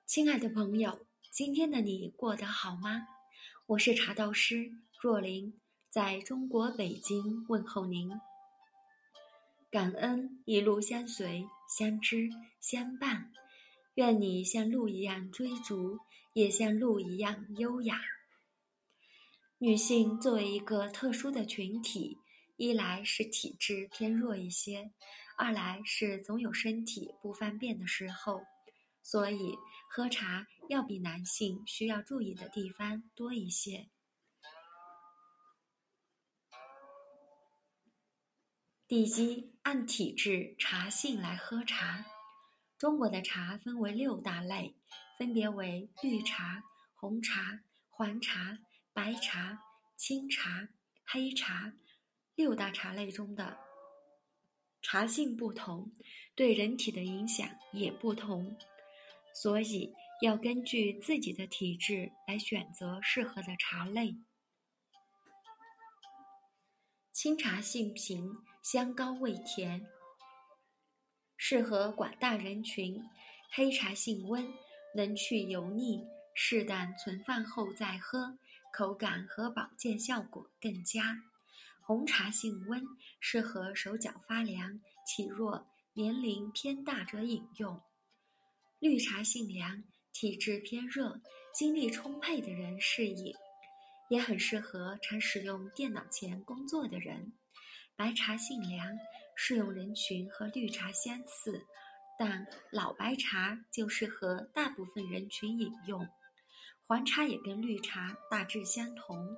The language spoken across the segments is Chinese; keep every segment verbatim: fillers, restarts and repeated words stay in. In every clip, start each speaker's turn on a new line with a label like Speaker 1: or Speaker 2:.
Speaker 1: 亲爱的朋友，今天的你过得好吗？我是茶道师若琳，在中国北京问候您。感恩一路相随、相知、相伴，愿你像鹿一样追逐，也像鹿一样优雅。女性作为一个特殊的群体，一来是体质偏弱一些，二来是总有身体不方便的时候，所以喝茶要比男性需要注意的地方多一些。第一，按体质茶性来喝茶。中国的茶分为六大类，分别为绿茶、红茶、黄茶、白茶、青茶、黑茶。六大茶类中的茶性不同，对人体的影响也不同，所以要根据自己的体质来选择适合的茶类。清茶性平，香高味甜，适合广大人群。黑茶性温，能去油腻，适当存放后再喝，口感和保健效果更佳。红茶性温，适合手脚发凉、体弱、年龄偏大者饮用。绿茶性凉，体质偏热、精力充沛的人适饮，也很适合常使用电脑前工作的人。白茶性凉，适用人群和绿茶相似，但老白茶就适合大部分人群饮用。黄茶也跟绿茶大致相同。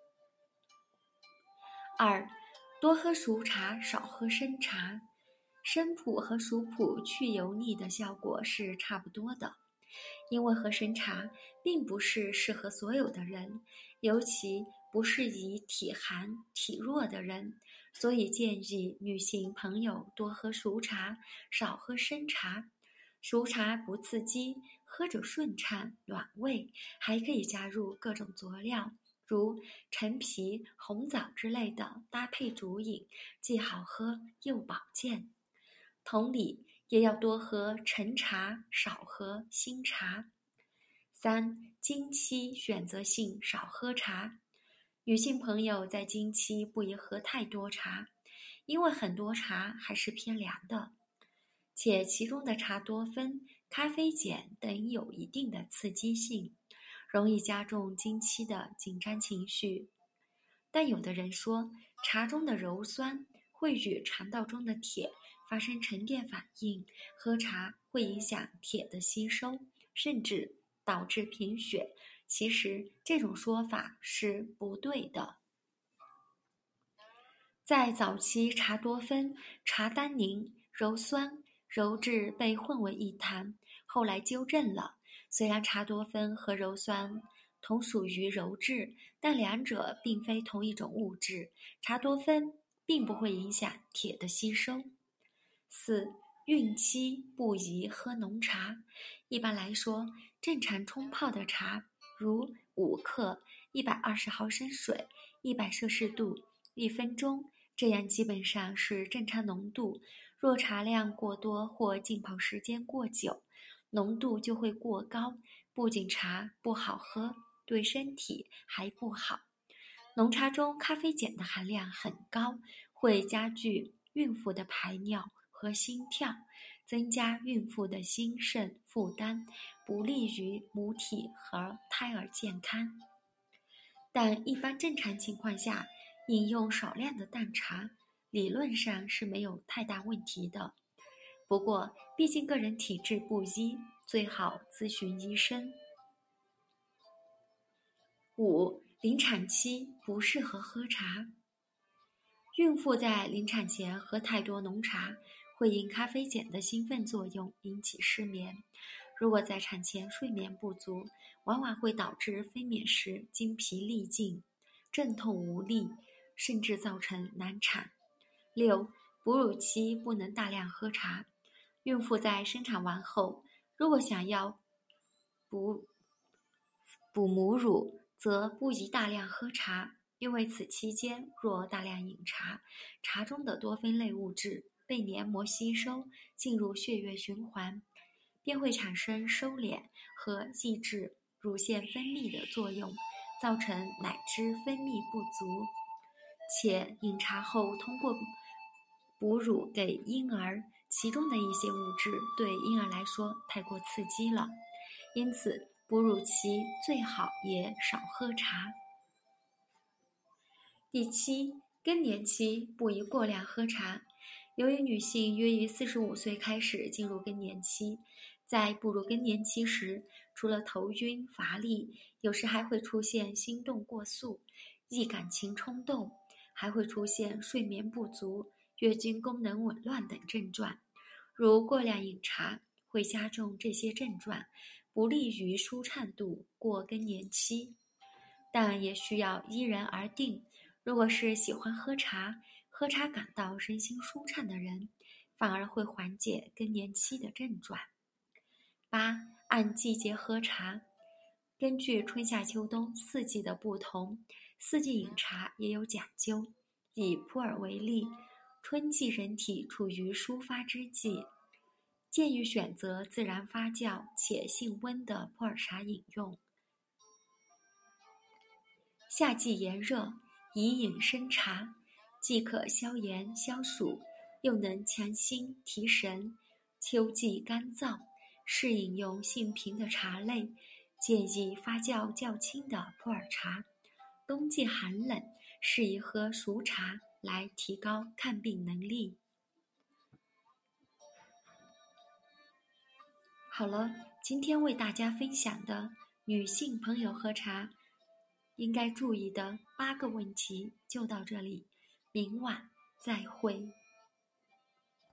Speaker 1: 二，多喝熟茶，少喝生茶。生普和熟普去油腻的效果是差不多的，因为喝生茶并不是适合所有的人，尤其不适宜体寒、体弱的人，所以建议女性朋友多喝熟茶，少喝生茶。熟茶不刺激，喝着顺畅暖胃，还可以加入各种佐料，如陈皮、红枣之类的搭配煮饮，既好喝又保健。同理，也要多喝陈茶，少喝新茶。三，经期选择性少喝茶。女性朋友在经期不宜喝太多茶，因为很多茶还是偏凉的，且其中的茶多酚、咖啡碱等有一定的刺激性，容易加重经期的紧张情绪。但有的人说，茶中的鞣酸会与肠道中的铁发生沉淀反应，喝茶会影响铁的吸收，甚至导致贫血。其实这种说法是不对的。在早期，茶多酚、茶单宁、鞣酸、鞣质被混为一谈，后来纠正了。虽然茶多酚和鞣酸同属于鞣质，但两者并非同一种物质。茶多酚并不会影响铁的吸收。四，孕期不宜喝浓茶。一般来说，正常冲泡的茶，如五克、一百二十毫升水、一百摄氏度、一分钟，这样基本上是正常浓度。若茶量过多或浸泡时间过久，浓度就会过高，不仅茶不好喝，对身体还不好。浓茶中咖啡碱的含量很高，会加剧孕妇的排尿和心跳，增加孕妇的心肾负担，不利于母体和胎儿健康。但一般正常情况下，饮用少量的淡茶，理论上是没有太大问题的。不过，毕竟个人体质不一，最好咨询医生。五，临产期不适合喝茶。孕妇在临产前喝太多浓茶，会因咖啡碱的兴奋作用引起失眠。如果在产前睡眠不足，往往会导致分娩时精疲力尽、阵痛无力，甚至造成难产。六，哺乳期不能大量喝茶。孕妇在生产完后，如果想要补补母乳，则不宜大量喝茶，因为此期间若大量饮茶，茶中的多酚类物质被黏膜吸收，进入血液循环， 便会产生收敛和抑制乳腺分泌的作用，造成奶汁分泌不足。且饮茶后通过哺乳给婴儿，其中的一些物质对婴儿来说太过刺激了，因此哺乳期最好也少喝茶。第七，更年期不宜过量喝茶。由于女性约于四十五岁开始进入更年期，在步入更年期时，除了头晕乏力，有时还会出现心动过速、易感情冲动，还会出现睡眠不足、月经功能紊乱等症状。如过量饮茶会加重这些症状，不利于舒畅度过更年期，但也需要因人而定。如果是喜欢喝茶、喝茶感到身心舒畅的人，反而会缓解更年期的症状。八、按季节喝茶。根据春夏秋冬四季的不同，四季饮茶也有讲究。以普洱为例，春季人体处于抒发之际，建议选择自然发酵且性温的普洱茶饮用。夏季炎热，宜饮生茶，既可消炎消暑，又能强心提神。秋季干燥，适饮用性平的茶类，建议发酵较轻的普洱茶。冬季寒冷，适宜喝熟茶来提高抗病能力。好了，今天为大家分享的女性朋友喝茶应该注意的八个问题就到这里，明晚再会。